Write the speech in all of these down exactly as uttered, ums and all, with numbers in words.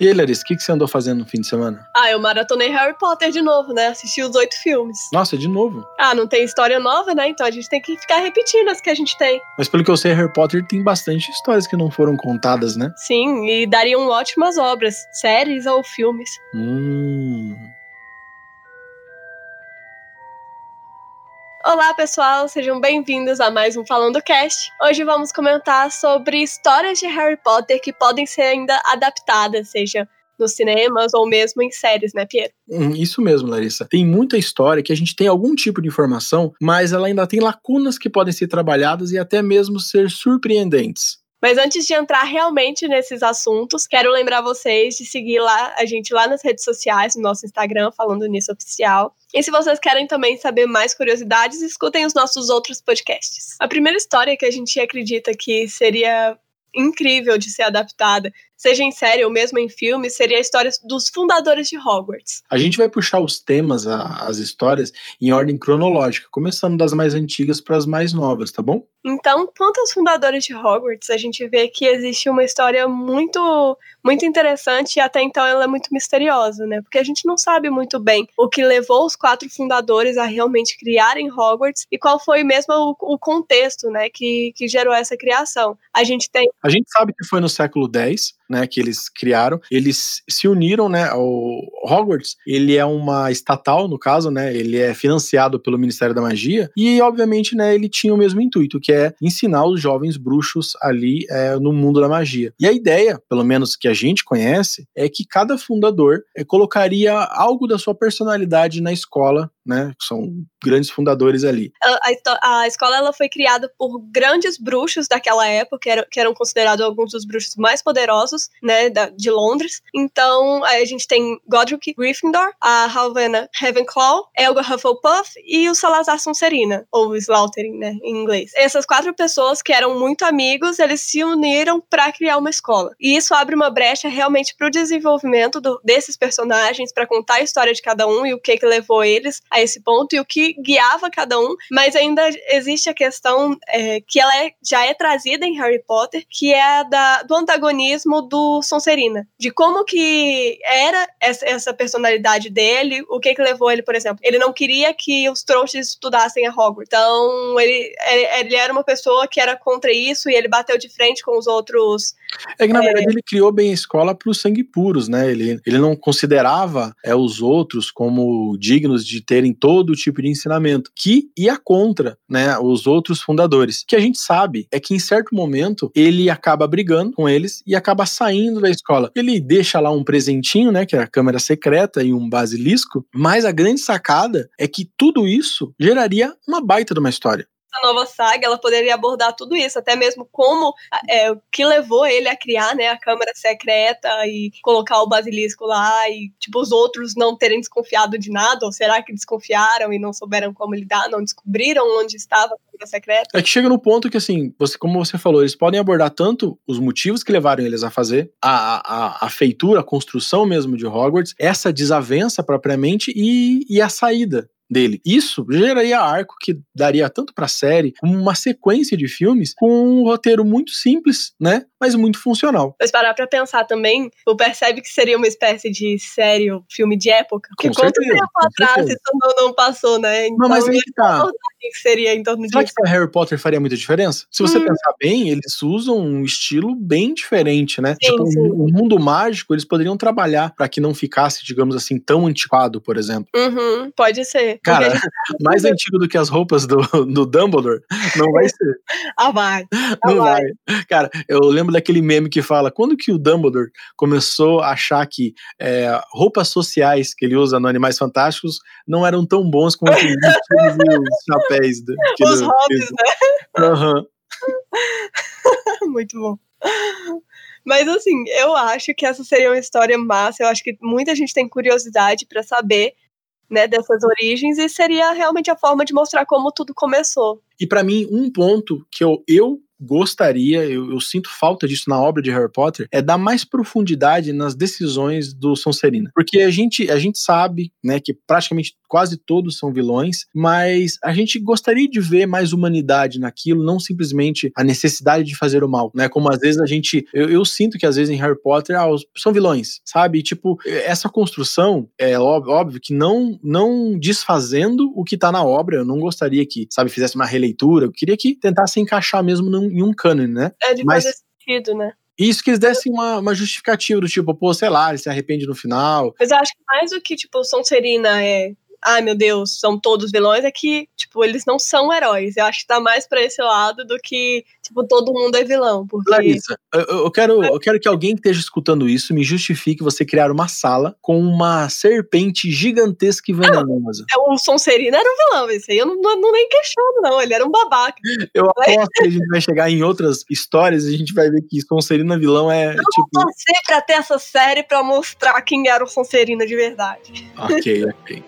E aí, Larissa, o que, que você andou fazendo no fim de semana? Ah, eu maratonei Harry Potter de novo, né? Assisti os oito filmes. Nossa, de novo? Ah, não tem história nova, né? Então a gente tem que ficar repetindo as que a gente tem. Mas pelo que eu sei, Harry Potter tem bastante histórias que não foram contadas, né? Sim, e dariam ótimas obras, séries ou filmes. Hum... Olá, pessoal, sejam bem-vindos a mais um Falando Cast. Hoje vamos comentar sobre histórias de Harry Potter que podem ser ainda adaptadas, seja nos cinemas ou mesmo em séries, né, Piero? Hum, isso mesmo, Larissa. Tem muita história que a gente tem algum tipo de informação, mas ela ainda tem lacunas que podem ser trabalhadas e até mesmo ser surpreendentes. Mas antes de entrar realmente nesses assuntos, quero lembrar vocês de seguir lá, a gente lá nas redes sociais, no nosso Instagram, Falando Nisso Oficial. E se vocês querem também saber mais curiosidades, escutem os nossos outros podcasts. A primeira história que a gente acredita que seria incrível de ser adaptada, seja em série ou mesmo em filme, seria a história dos fundadores de Hogwarts. A gente vai puxar os temas, a, as histórias, em ordem cronológica, começando das mais antigas para as mais novas, tá bom? Então, quanto aos fundadores de Hogwarts, a gente vê que existe uma história muito, muito interessante e até então ela é muito misteriosa, né? Porque a gente não sabe muito bem o que levou os quatro fundadores a realmente criarem Hogwarts e qual foi mesmo o, o contexto, né, que, que gerou essa criação. A gente tem... A gente sabe que foi no século dez, né, que eles criaram. Eles se uniram, né, ao Hogwarts. Ele é uma estatal, no caso, né, ele é financiado pelo Ministério da Magia e, obviamente, né, ele tinha o mesmo intuito, que é ensinar os jovens bruxos ali é, no mundo da magia. E a ideia, pelo menos que a gente conhece, é que cada fundador é, colocaria algo da sua personalidade na escola, né, que são grandes fundadores ali. A, a, a escola ela foi criada por grandes bruxos daquela época, que eram, que eram considerados alguns dos bruxos mais poderosos, né, da, de Londres. Então, a gente tem Godric Gryffindor, a Rowena Ravenclaw, Helga Hufflepuff e o Salazar Sonserina, ou Slytherin, né, em inglês. Essas quatro pessoas que eram muito amigos, eles se uniram para criar uma escola. E isso abre uma brecha realmente para o desenvolvimento do, desses personagens, para contar a história de cada um e o que que levou eles a esse ponto e o que guiava cada um, mas ainda existe a questão é, que ela é, já é trazida em Harry Potter, que é a da, do antagonismo do Sonserina, de como que era essa, essa personalidade dele, o que que levou ele, por exemplo, ele não queria que os trouxas estudassem a Hogwarts, então ele, ele era uma pessoa que era contra isso e ele bateu de frente com os outros. É que na é... verdade ele criou bem a escola para os sangue puros, né, ele, ele não considerava é, os outros como dignos de terem todo tipo de ensinamento, que ia contra, né, os outros fundadores. O que a gente sabe é que em certo momento ele acaba brigando com eles e acaba saindo da escola. Ele deixa lá um presentinho, né, que é a câmera secreta e um basilisco, mas a grande sacada é que tudo isso geraria uma baita de uma história. A nova saga, ela poderia abordar tudo isso, até mesmo como é, o que levou ele a criar, né, a câmara secreta e colocar o basilisco lá e, tipo, os outros não terem desconfiado de nada, ou será que desconfiaram e não souberam como lidar, não descobriram onde estava a câmara secreta? É que chega no ponto que, assim, você, como você falou, eles podem abordar tanto os motivos que levaram eles a fazer, a, a, a feitura, a construção mesmo de Hogwarts, essa desavença propriamente e, e a saída dele. Isso geraria arco que daria tanto pra série como uma sequência de filmes com um roteiro muito simples, né? Mas muito funcional. Mas parar pra pensar também, tu percebe que seria uma espécie de série ou filme de época? Porque com quanto certeza, tempo com atrás certeza. isso não, não passou, né? Então, não, mas aí que tá. Que seria em torno Será disso? que pra Harry Potter faria muita diferença? Se você hum. pensar bem, eles usam um estilo bem diferente, né? Sim, tipo, sim. o um mundo mágico, eles poderiam trabalhar pra que não ficasse, digamos assim, tão antiquado, por exemplo. Uhum, pode ser. Cara, gente... mais antigo do que as roupas do, do Dumbledore, não vai ser. ah, vai. Ah, não vai. vai. Cara, eu lembro daquele meme que fala, quando que o Dumbledore começou a achar que é, roupas sociais que ele usa no Animais Fantásticos não eram tão bons quanto os vestidos e os chapéus. Do, que os do, hobbies, que... né? Uhum. Muito bom. Mas assim, eu acho que essa seria uma história massa, eu acho que muita gente tem curiosidade pra saber, né, dessas origens, e seria realmente a forma de mostrar como tudo começou. E pra mim, um ponto que eu, eu gostaria, eu, eu sinto falta disso na obra de Harry Potter, é dar mais profundidade nas decisões do Sonserina. Porque a gente, a gente sabe, né, que praticamente quase todos são vilões, mas a gente gostaria de ver mais humanidade naquilo, não simplesmente a necessidade de fazer o mal, né? Como às vezes a gente, eu, eu sinto que às vezes em Harry Potter, ah, os, são vilões, sabe? Tipo, essa construção, é óbvio, óbvio que não, não desfazendo o que tá na obra, eu não gostaria que, sabe, fizesse uma releitura, eu queria que tentasse encaixar mesmo num, em um cânone, né? É de mas fazer sentido, né? Isso, que eles dessem uma, uma justificativa do tipo, pô, sei lá, ele se arrepende no final. Mas eu acho que mais do que, tipo, Sonserina é... ai meu Deus, são todos vilões, é que, tipo, eles não são heróis. Eu acho que tá mais pra esse lado do que, tipo, todo mundo é vilão. Porque... Larissa, eu, eu, quero, eu quero que alguém que esteja escutando isso me justifique você criar uma sala com uma serpente gigantesca e venenosa. Ah, o Sonserina era um vilão, isso aí eu não, não, não nem questiono, não. Ele era um babaca. Eu aposto que a gente vai chegar em outras histórias e a gente vai ver que Sonserina vilão é, eu tipo... Eu torci pra ter essa série pra mostrar quem era o Sonserina de verdade. Ok, ok.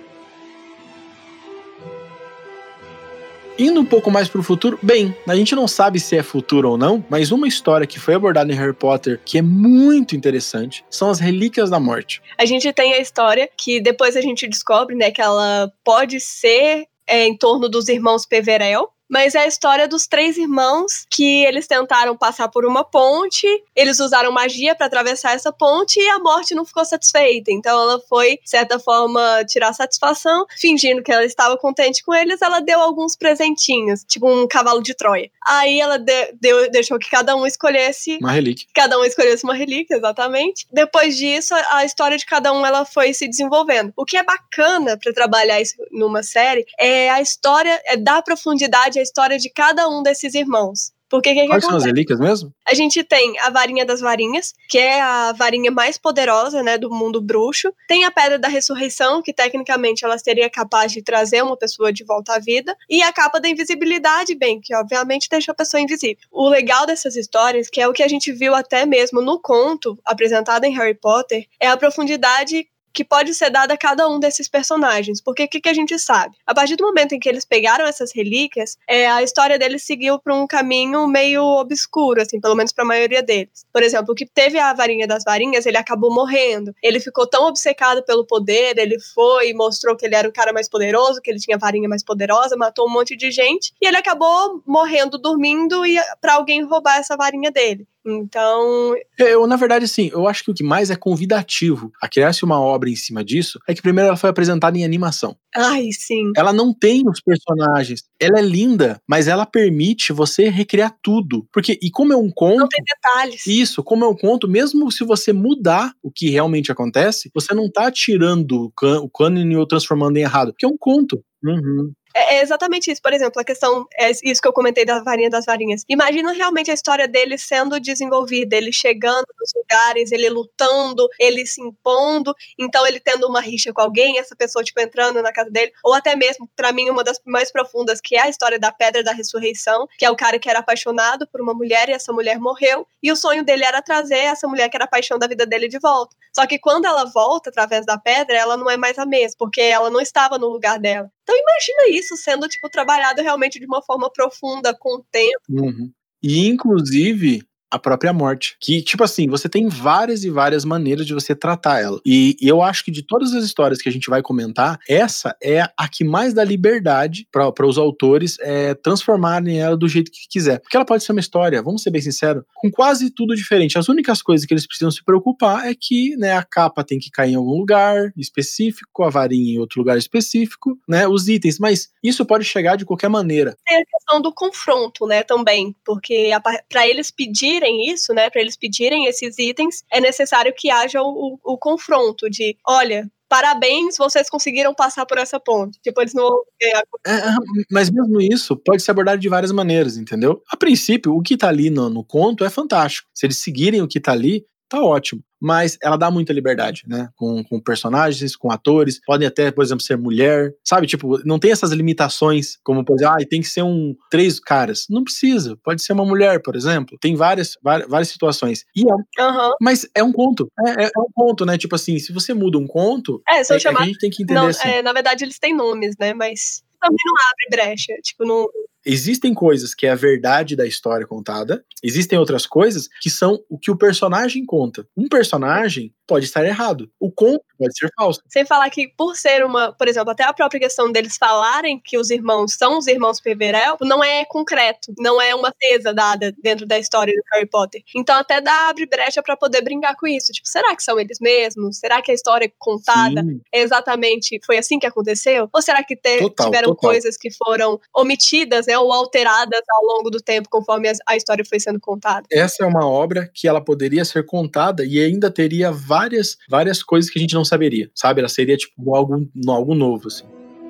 Indo um pouco mais pro futuro, bem, a gente não sabe se é futuro ou não, mas uma história que foi abordada em Harry Potter que é muito interessante são as Relíquias da Morte. A gente tem a história que depois a gente descobre, né, que ela pode ser é, em torno dos irmãos Peverell, mas é a história dos três irmãos que eles tentaram passar por uma ponte, eles usaram magia para atravessar essa ponte e a morte não ficou satisfeita. Então ela foi, de certa forma, tirar satisfação, fingindo que ela estava contente com eles, ela deu alguns presentinhos, tipo um cavalo de Troia. Aí ela de- deu, deixou que cada um escolhesse... Uma relíquia. Cada um escolhesse uma relíquia, exatamente. Depois disso, a história de cada um ela foi se desenvolvendo. O que é bacana para trabalhar isso numa série é a história, é dar profundidade à história de cada um desses irmãos. Porque o que, que Quais são acontece? as relíquias mesmo? A gente tem a varinha das varinhas, que é a varinha mais poderosa, né, do mundo bruxo. Tem a pedra da ressurreição, que tecnicamente ela seria capaz de trazer uma pessoa de volta à vida. E a capa da invisibilidade, bem, que obviamente deixa a pessoa invisível. O legal dessas histórias, que é o que a gente viu até mesmo no conto apresentado em Harry Potter, é a profundidade que pode ser dada a cada um desses personagens. Porque o que, que a gente sabe? A partir do momento em que eles pegaram essas relíquias, é, a história deles seguiu para um caminho meio obscuro, assim, pelo menos para a maioria deles. Por exemplo, o que teve a varinha das varinhas, ele acabou morrendo. Ele ficou tão obcecado pelo poder, ele foi e mostrou que ele era o cara mais poderoso, que ele tinha a varinha mais poderosa, matou um monte de gente, e ele acabou morrendo, dormindo, e para alguém roubar essa varinha dele. Então... Eu, na verdade, sim, eu acho que o que mais é convidativo a criar-se uma obra em cima disso é que primeiro ela foi apresentada em animação. Ai, sim. Ela não tem os personagens. Ela é linda, mas ela permite você recriar tudo. Porque, e como é um conto... Não tem detalhes. Isso, como é um conto, mesmo se você mudar o que realmente acontece, você não tá tirando o cânone ou transformando em errado. Porque é um conto. Uhum. É exatamente isso. Por exemplo, a questão, é isso que eu comentei da varinha das varinhas. Imagina realmente a história dele sendo desenvolvida, ele chegando nos lugares, ele lutando, ele se impondo, então ele tendo uma rixa com alguém, essa pessoa, tipo, entrando na casa dele, ou até mesmo, pra mim, uma das mais profundas, que é a história da Pedra da Ressurreição, que é o cara que era apaixonado por uma mulher e essa mulher morreu, e o sonho dele era trazer essa mulher que era a paixão da vida dele de volta. Só que quando ela volta através da pedra, ela não é mais a mesma, porque ela não estava no lugar dela. Então imagina isso sendo, tipo, trabalhado realmente de uma forma profunda, com o tempo. Uhum. E, inclusive, a própria morte. Que, tipo assim, você tem várias e várias maneiras de você tratar ela. E, e eu acho que de todas as histórias que a gente vai comentar, essa é a que mais dá liberdade para os autores é, transformarem ela do jeito que quiser. Porque ela pode ser uma história, vamos ser bem sinceros, com quase tudo diferente. As únicas coisas que eles precisam se preocupar é que, né, a capa tem que cair em algum lugar específico, a varinha em outro lugar específico, né, os itens. Mas isso pode chegar de qualquer maneira. Tem a questão do confronto, né, também. Porque para eles pedirem isso, né, para eles pedirem esses itens, é necessário que haja o, o, o confronto de, olha, parabéns, vocês conseguiram passar por essa ponte. Tipo, eles não vão ganhar. É, mas mesmo isso pode ser abordado de várias maneiras, entendeu? A princípio, o que tá ali no, no conto é fantástico. Se eles seguirem o que tá ali, tá ótimo. Mas ela dá muita liberdade, né? Com, com personagens, com atores. Podem até, por exemplo, ser mulher. Sabe? Tipo, não tem essas limitações, como, por exemplo, ah, tem que ser um três caras. Não precisa. Pode ser uma mulher, por exemplo. Tem várias, várias, várias situações. E é, uhum. Mas é um conto. É, é, é um conto, né? Tipo assim, se você muda um conto, é, são é, chamados... é que a gente tem que entender não, assim. É, na verdade, eles têm nomes, né? Mas também não abre brecha. Tipo, não... existem coisas que é a verdade da história contada, existem outras coisas que são o que o personagem conta. Um personagem pode estar errado, o conto pode ser falso. Sem falar que por ser uma, por exemplo, até a própria questão deles falarem que os irmãos são os irmãos Peverell, não é concreto, não é uma certeza dada dentro da história do Harry Potter. Então até dá, abre brecha pra poder brincar com isso. Tipo, será que são eles mesmos? Será que a história contada Sim. é exatamente, foi assim que aconteceu? Ou será que te, Total, tiveram total. coisas que foram omitidas, né, ou alteradas ao longo do tempo, conforme a, a história foi sendo contada? Essa é uma obra que ela poderia ser contada e ainda teria várias, várias coisas que a gente não saberia, sabe? Ela seria tipo algo, algo novo, assim.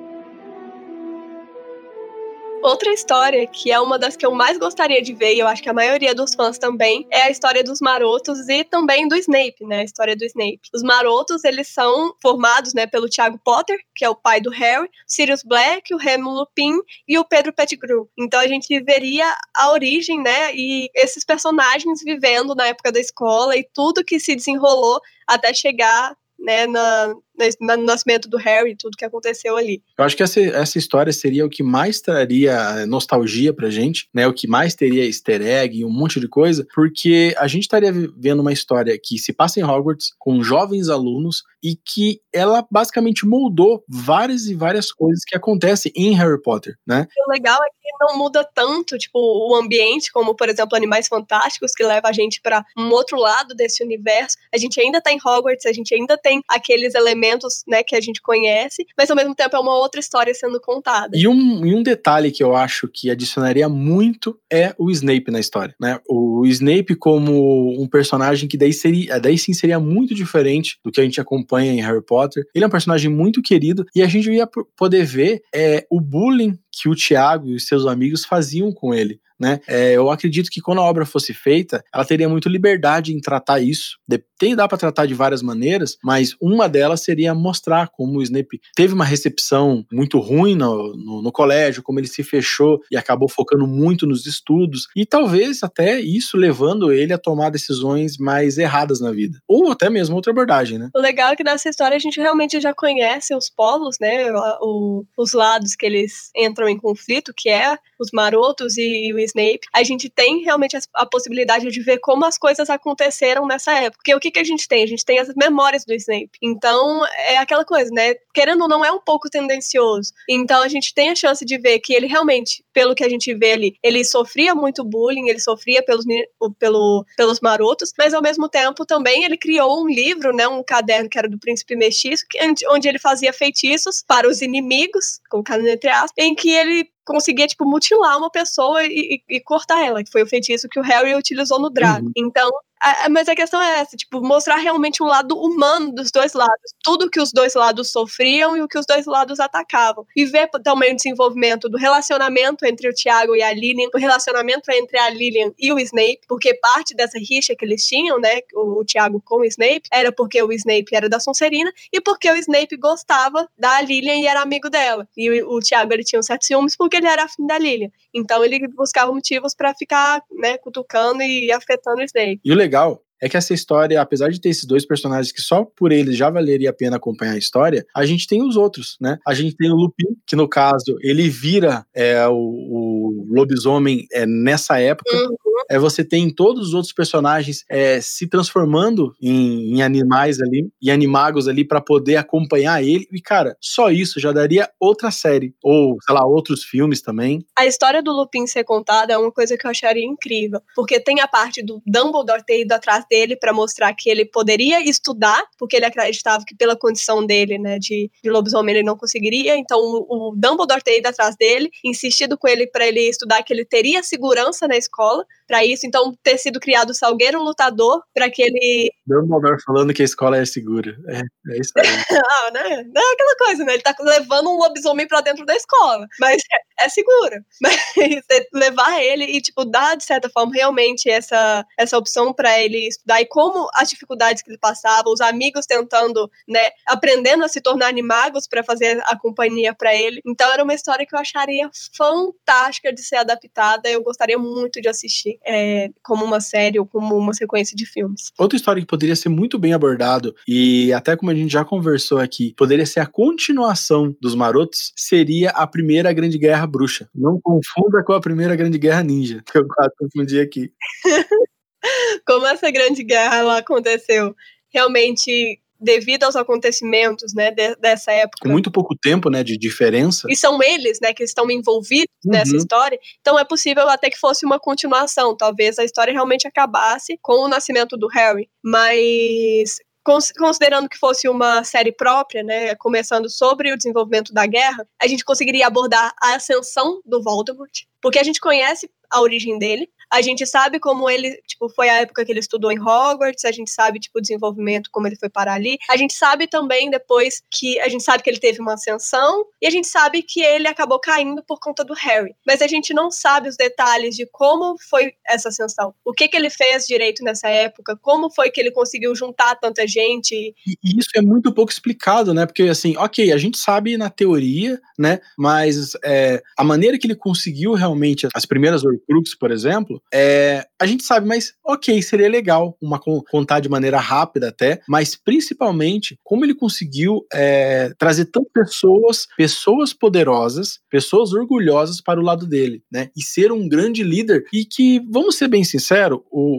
Outra história, que é uma das que eu mais gostaria de ver, e eu acho que a maioria dos fãs também, é a história dos Marotos e também do Snape, né? A história do Snape. Os Marotos, eles são formados, né, pelo Tiago Potter, que é o pai do Harry, Sirius Black, o Remo Lupin e o Pedro Pettigrew. Então a gente veria a origem, né, e esses personagens vivendo na época da escola e tudo que se desenrolou até chegar, né, na, no nascimento do Harry, tudo que aconteceu ali. Eu acho que essa, essa história seria o que mais traria nostalgia pra gente, né? O que mais teria easter egg e um monte de coisa, porque a gente estaria vendo uma história que se passa em Hogwarts, com jovens alunos, e que ela basicamente moldou várias e várias coisas que acontecem em Harry Potter, né? O legal é que não muda tanto, tipo, o ambiente, como, por exemplo, Animais Fantásticos, que leva a gente pra um outro lado desse universo. A gente ainda tá em Hogwarts, a gente ainda tem aqueles elementos, né, que a gente conhece, mas ao mesmo tempo é uma outra história sendo contada. E um, e um detalhe que eu acho que adicionaria muito é o Snape na história, né? O Snape como um personagem que daí, seria, daí sim seria muito diferente do que a gente acompanha em Harry Potter. Ele é um personagem muito querido e a gente ia poder ver é, o bullying que o Tiago e os seus amigos faziam com ele, né? É, eu acredito que quando a obra fosse feita, ela teria muito liberdade em tratar isso. Tem, dá para tratar de várias maneiras, mas uma delas seria mostrar como o Snape teve uma recepção muito ruim no, no, no colégio, como ele se fechou e acabou focando muito nos estudos, e talvez até isso levando ele a tomar decisões mais erradas na vida. Ou até mesmo outra abordagem, né? O legal é que nessa história a gente realmente já conhece os polos, né? O, os lados que eles entram em conflito, que é os Marotos e o Snape. A gente tem realmente a, a possibilidade de ver como as coisas aconteceram nessa época. Porque o que, que a gente tem? A gente tem as memórias do Snape. Então, é aquela coisa, né? Querendo ou não, é um pouco tendencioso. Então, a gente tem a chance de ver que ele realmente, pelo que a gente vê ali, ele sofria muito bullying, ele sofria pelos, pelo, pelos Marotos, mas ao mesmo tempo também ele criou um livro, né? Um caderno que era do Príncipe Mestiço, que, onde ele fazia feitiços para os inimigos, colocando entre aspas, em que ele conseguia, tipo, mutilar uma pessoa e, e, e cortar ela, que foi o feitiço que o Harry utilizou no Draco. Uhum. Então, a, mas a questão é essa, tipo, mostrar realmente um lado humano dos dois lados. Tudo que os dois lados sofriam e o que os dois lados atacavam. E ver também o desenvolvimento do relacionamento entre o Tiago e a Lilian, o relacionamento entre a Lilian e o Snape, porque parte dessa rixa que eles tinham, né, o, o Tiago com o Snape, era porque o Snape era da Sonserina e porque o Snape gostava da Lilian e era amigo dela. E o, o Tiago, ele tinha um certo ciúmes porque ele era afim da Lilian. Então ele buscava motivos pra ficar, né, cutucando e afetando o Snape. E o legal é que essa história, apesar de ter esses dois personagens que só por eles já valeria a pena acompanhar a história, a gente tem os outros, né? A gente tem o Lupin, que no caso, ele vira é, o, o lobisomem é, nessa época. Uhum. É, você tem todos os outros personagens é, se transformando em, em animais ali, em animagos ali, pra poder acompanhar ele. E, cara, só isso já daria outra série. Ou, sei lá, outros filmes também. A história do Lupin ser contada é uma coisa que eu acharia incrível. Porque tem a parte do Dumbledore ter ido atrás dele para mostrar que ele poderia estudar, porque ele acreditava que pela condição dele, né, de, de lobisomem, ele não conseguiria. Então o, o Dumbledore ter ido atrás dele, insistido com ele para ele estudar, que ele teria segurança na escola para isso. Então ter sido criado o Salgueiro Lutador para que ele... Dumbledore falando que a escola é segura. É, é isso aí. ah, né? Não é aquela coisa, né? Ele tá levando um lobisomem pra dentro da escola, mas é, é seguro. Mas levar ele e, tipo, dar, de certa forma, realmente essa, essa opção pra ele estudar e como as dificuldades que ele passava, os amigos tentando, né, aprendendo a se tornar animagos pra fazer a companhia pra ele. Então era uma história que eu acharia fantástica de ser adaptada, eu gostaria muito de assistir. é, como uma série ou como uma sequência de filmes. Outra história que poderia ser muito bem abordado, e até como a gente já conversou aqui, poderia ser a continuação dos Marotos, seria a Primeira Grande Guerra Bruxa. Não confunda com a Primeira Grande Guerra Ninja, que eu quase confundi aqui. Como essa Grande Guerra ela aconteceu realmente devido aos acontecimentos, né, de, dessa época. Com muito pouco tempo, né, de diferença. E são eles, né, que estão envolvidos uhum. nessa história. Então é possível até que fosse uma continuação. Talvez a história realmente acabasse com o nascimento do Harry. Mas considerando que fosse uma série própria, né, começando sobre o desenvolvimento da guerra, a gente conseguiria abordar a ascensão do Voldemort, porque a gente conhece a origem dele, a gente sabe como ele, tipo, foi a época que ele estudou em Hogwarts, a gente sabe, tipo, o desenvolvimento, como ele foi parar ali. A gente sabe também depois que, a gente sabe que ele teve uma ascensão, e a gente sabe que ele acabou caindo por conta do Harry. Mas a gente não sabe os detalhes de como foi essa ascensão. O que que ele fez direito nessa época, como foi que ele conseguiu juntar tanta gente. E, e isso é muito pouco explicado, né? Porque, assim, ok, a gente sabe na teoria, né? Mas é, a maneira que ele conseguiu realmente as primeiras Horcruxes, por exemplo, É, a gente sabe, mas ok, seria legal uma, contar de maneira rápida até, mas principalmente como ele conseguiu é, trazer tantas pessoas, pessoas poderosas, pessoas orgulhosas para o lado dele, né? E ser um grande líder e que, vamos ser bem sinceros,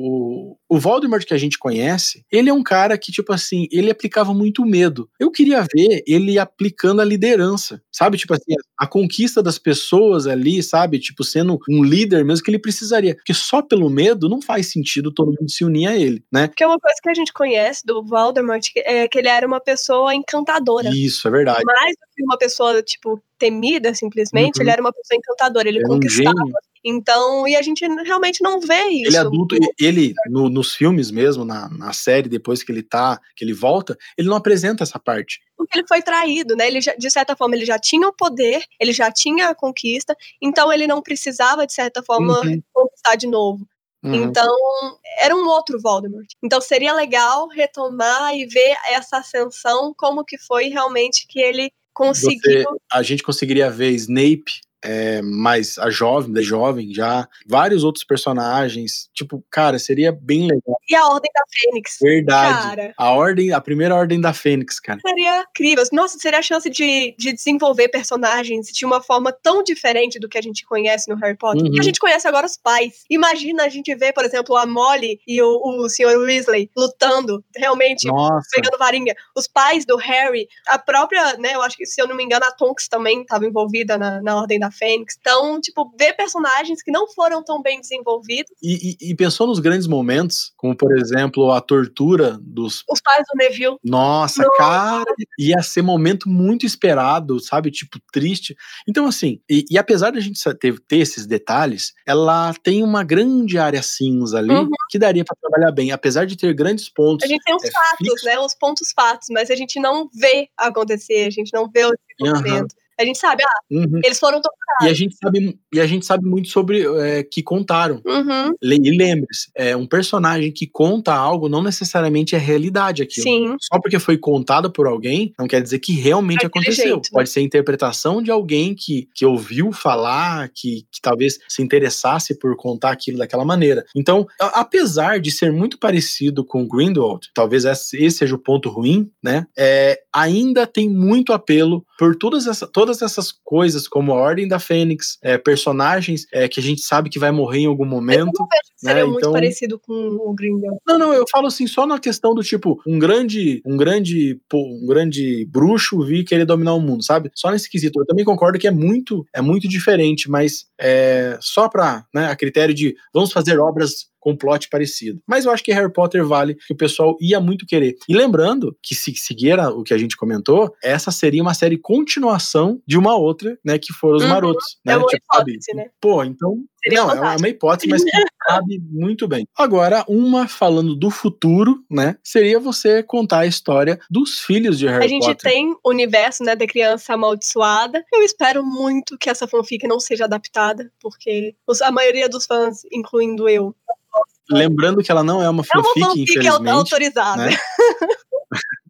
o, o Voldemort que a gente conhece, ele é um cara que, tipo assim, ele aplicava muito medo. Eu queria ver ele aplicando a liderança, sabe? Tipo assim, a conquista das pessoas ali, sabe? Tipo, sendo um líder mesmo que ele precisaria. Porque só pelo medo não faz sentido todo mundo se unir a ele, né? Porque uma coisa que a gente conhece do Voldemort é que ele era uma pessoa encantadora. Isso, é verdade. Mais do que uma pessoa, tipo, temida, simplesmente, uhum. ele era uma pessoa encantadora, ele era conquistava. Um gênio. Então, e a gente realmente não vê isso. Ele é adulto, ele, no, nos filmes mesmo, na, na série, depois que ele tá, que ele volta, ele não apresenta essa parte. Porque ele foi traído, né? Ele já, de certa forma, ele já tinha o poder, ele já tinha a conquista, então ele não precisava, de certa forma, uhum. conquistar de novo. Uhum. Então, era um outro Voldemort. Então, seria legal retomar e ver essa ascensão, como que foi realmente que ele conseguiu... Você, a gente conseguiria ver Snape... É, mais a jovem, da jovem já, vários outros personagens, tipo, cara, seria bem legal. E a Ordem da Fênix. Verdade. Cara. A ordem, a primeira Ordem da Fênix, cara. Seria incrível. Nossa, seria a chance de, de desenvolver personagens de uma forma tão diferente do que a gente conhece no Harry Potter. Uhum. A gente conhece agora os pais. Imagina a gente ver, por exemplo, a Molly e o, o senhor Weasley lutando, realmente, Nossa. pegando varinha. Os pais do Harry, a própria, né, eu acho que, se eu não me engano, a Tonks também estava envolvida na, na Ordem da Fênix. Então, tipo, ver personagens que não foram tão bem desenvolvidos. E, e, e pensou nos grandes momentos, como, por exemplo, a tortura dos... Os pais do Neville. Nossa, Nossa. cara, ia ser momento muito esperado, sabe? Tipo, triste. Então, assim, e, e apesar de a gente ter, ter esses detalhes, ela tem uma grande área cinza ali, uhum. que daria pra trabalhar bem, apesar de ter grandes pontos. A gente tem os é, fatos, fixos. né? Os pontos fatos, mas a gente não vê acontecer, a gente não vê o desenvolvimento. Uhum. A gente sabe, ah, uhum. eles foram torturados. E a gente sabe, e a gente sabe muito sobre é, que contaram. Uhum. E lembre-se, é, um personagem que conta algo não necessariamente é realidade aquilo. Sim. Só porque foi contado por alguém, não quer dizer que realmente Daquele aconteceu. Jeito, Pode né? ser a interpretação de alguém que, que ouviu falar, que, que talvez se interessasse por contar aquilo daquela maneira. Então, a, apesar de ser muito parecido com Grindelwald, talvez esse, esse seja o ponto ruim, né? É, ainda tem muito apelo por todas, essa, todas essas coisas, como a Ordem da Fênix, é, personagens é, que a gente sabe que vai morrer em algum momento. Eu não vejo que seria né? muito então... parecido com o Grindelwald. Não, não, eu falo assim, só na questão do tipo, um grande, um grande, um grande bruxo vir querer dominar o mundo, sabe? Só nesse quesito. Eu também concordo que é muito, é muito diferente, mas é, só pra, né, a critério de vamos fazer obras com plot parecido. Mas eu acho que Harry Potter vale, que o pessoal ia muito querer. E lembrando que, se seguir o que a gente comentou, essa seria uma série continuação de uma outra, né, que foram os uhum. Marotos. Né? É uma tipo, hipótese, sabe? né? Pô, então... Seria não, fantástico. É uma hipótese, mas que cabe muito bem. Agora, uma falando do futuro, né, seria você contar a história dos filhos de Harry Potter. A gente Potter. tem o universo, né, da criança amaldiçoada. Eu espero muito que essa fanfic não seja adaptada, porque a maioria dos fãs, incluindo eu, lembrando que ela não é uma fanfic, é uma fanfic infelizmente. autorizada. Né?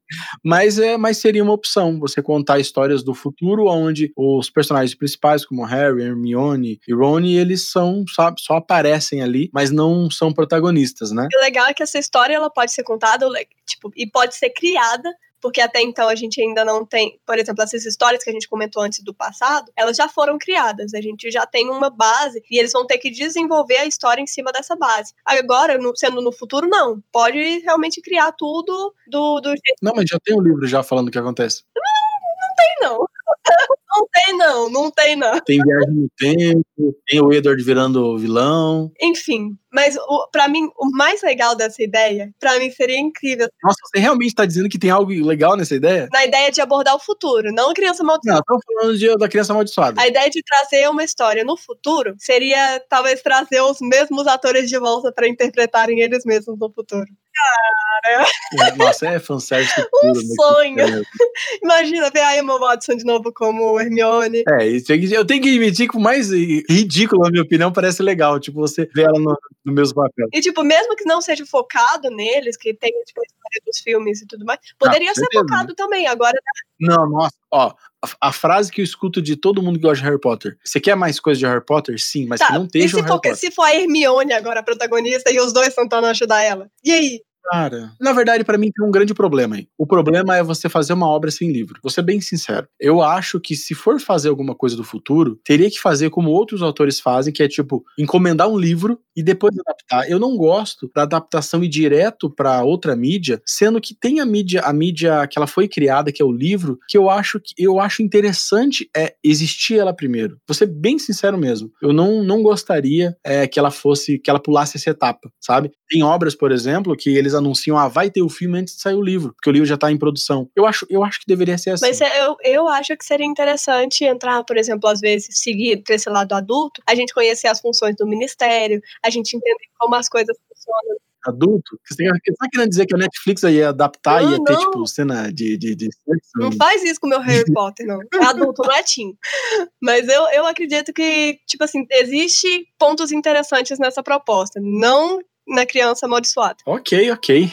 Mas, é, mas seria uma opção, você contar histórias do futuro, onde os personagens principais, como Harry, Hermione e Ron, eles são, sabe, só aparecem ali, mas não são protagonistas, né? O legal é que essa história ela pode ser contada, tipo, e pode ser criada, porque até então a gente ainda não tem, por exemplo, essas histórias que a gente comentou antes do passado, elas já foram criadas, a gente já tem uma base e eles vão ter que desenvolver a história em cima dessa base. Agora, no, sendo no futuro, não. Pode realmente criar tudo do, do jeito... Não, mas já tem um livro já falando o que acontece. Não, não tem, não. Não tem, não. Não tem, não. Tem Viagem no Tempo, tem o Edward virando vilão. Enfim, mas o, pra mim, o mais legal dessa ideia, pra mim seria incrível. Nossa, você realmente tá dizendo que tem algo legal nessa ideia? Na ideia de abordar o futuro, não a criança amaldiçoada. Não, estamos falando de, da criança amaldiçoada. A ideia de trazer uma história no futuro seria, talvez, trazer os mesmos atores de volta pra interpretarem eles mesmos no futuro. Cara... Nossa, é fanservice Um puro, sonho. Imagina ver a Emma Watson de novo como Hermione. É, eu tenho que admitir que o mais ridículo, na minha opinião, parece legal. Tipo, você vê ela no, no mesmo papel. E, tipo, mesmo que não seja focado neles, que tenha, tipo, a história dos filmes e tudo mais, poderia ah, ser certeza, focado né? também. Agora... Não, nossa, ó, a, a frase que eu escuto de todo mundo que gosta de Harry Potter. Você quer mais coisa de Harry Potter? Sim, mas tá, que não esteja o Harry for, Potter. Se for a Hermione agora a protagonista e os dois tentando ajudar ela? E aí? Cara, na verdade, pra mim tem um grande problema aí. O problema é você fazer uma obra sem livro. Vou ser bem sincero. Eu acho que se for fazer alguma coisa do futuro, teria que fazer como outros autores fazem, que é tipo, encomendar um livro e depois adaptar. Eu não gosto da adaptação ir direto pra outra mídia, sendo que tem a mídia, a mídia que ela foi criada, que é o livro, que eu acho que eu acho interessante é existir ela primeiro. Vou ser bem sincero mesmo. Eu não, não gostaria é, que ela fosse, que ela pulasse essa etapa, sabe? Tem obras, por exemplo, que eles anunciam, ah, vai ter o filme antes de sair o livro, porque o livro já tá em produção. Eu acho, eu acho que deveria ser assim. Mas eu, eu acho que seria interessante entrar, por exemplo, às vezes, seguir pra esse lado adulto, a gente conhecer as funções do ministério, a gente entender como as coisas funcionam. Adulto? Você tá querendo dizer que a Netflix ia adaptar e ia ter, não. tipo, cena de, de, de sexo? Não faz isso com o meu Harry Potter, não. É adulto, não é teen. Mas eu, eu acredito que, tipo assim, existe pontos interessantes nessa proposta. Não na criança amaldiçoada. Ok, ok.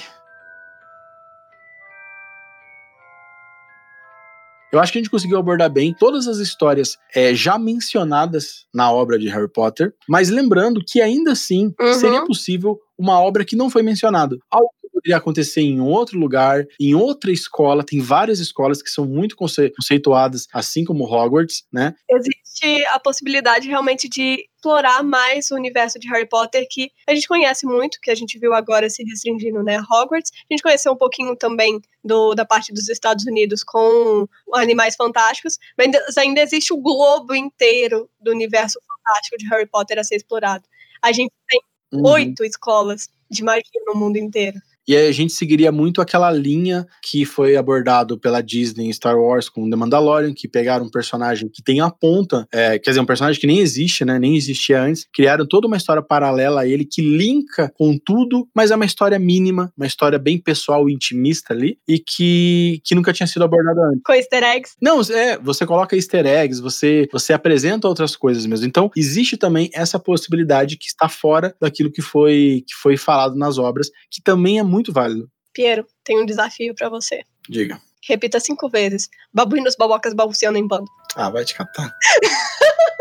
Eu acho que a gente conseguiu abordar bem todas as histórias é, já mencionadas na obra de Harry Potter, mas lembrando que ainda assim uhum. seria possível uma obra que não foi mencionada. Algo que poderia acontecer em outro lugar, em outra escola. Tem várias escolas que são muito conce- conceituadas, assim como Hogwarts, né? Existe a possibilidade realmente de explorar mais o universo de Harry Potter, que a gente conhece muito, que a gente viu agora se restringindo, né, Hogwarts. A gente conheceu um pouquinho também do, da parte dos Estados Unidos com Animais Fantásticos, mas ainda existe o globo inteiro do universo fantástico de Harry Potter a ser explorado. A gente tem uhum. oito escolas de magia no mundo inteiro. E a gente seguiria muito aquela linha que foi abordado pela Disney em Star Wars com The Mandalorian, que pegaram um personagem que tem a ponta, é, quer dizer, um personagem que nem existe, né, nem existia antes, criaram toda uma história paralela a ele, que linka com tudo, mas é uma história mínima, uma história bem pessoal e intimista ali, e que, que nunca tinha sido abordada antes. Com easter eggs? Não, é, você coloca easter eggs, você, você apresenta outras coisas mesmo. Então, existe também essa possibilidade que está fora daquilo que foi, que foi falado nas obras, que também é muito válido. Piero, tem um desafio pra você. Diga. Repita cinco vezes. Babuínos, babocas, balbuciando em bando. Ah, vai te catar.